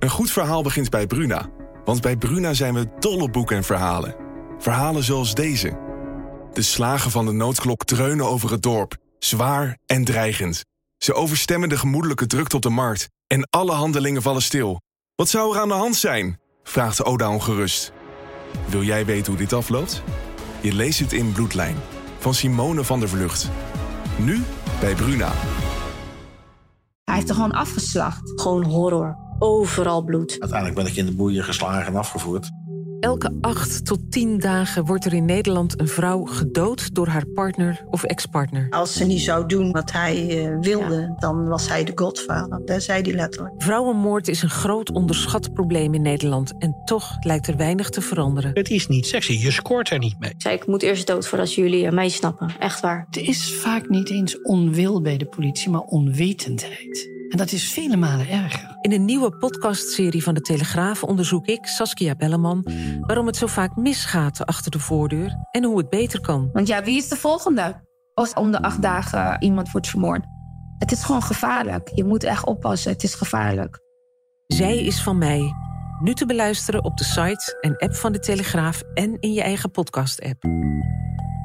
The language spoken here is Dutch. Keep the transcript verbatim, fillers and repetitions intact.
Een goed verhaal begint bij Bruna. Want bij Bruna zijn we dol op boeken en verhalen. Verhalen zoals deze. De slagen van de noodklok dreunen over het dorp. Zwaar en dreigend. Ze overstemmen de gemoedelijke drukte op de markt. En alle handelingen vallen stil. Wat zou er aan de hand zijn? Vraagt Oda ongerust. Wil jij weten hoe dit afloopt? Je leest het in Bloedlijn. Van Simone van der Vlucht. Nu bij Bruna. Hij heeft er gewoon afgeslacht. Gewoon horror. Overal bloed. Uiteindelijk ben ik in de boeien geslagen en afgevoerd. Elke acht tot tien dagen wordt er in Nederland een vrouw gedood door haar partner of ex-partner. Als ze niet zou doen wat hij uh, wilde, ja. dan was hij de godvader. Dat zei hij letterlijk. Vrouwenmoord is een groot onderschat probleem in Nederland. En toch lijkt er weinig te veranderen. Het is niet sexy, je scoort er niet mee. Ik zei, ik moet eerst dood voordat jullie mij snappen. Echt waar. Het is vaak niet eens onwil bij de politie, maar onwetendheid. En dat is vele malen erger. In een nieuwe podcastserie van de Telegraaf onderzoek ik, Saskia Belleman, waarom het zo vaak misgaat achter de voordeur en hoe het beter kan. Want ja, wie is de volgende? Als om de acht dagen iemand wordt vermoord. Het is gewoon gevaarlijk. Je moet echt oppassen, het is gevaarlijk. Zij is van mij. Nu te beluisteren op de site en app van de Telegraaf en in je eigen podcast-app.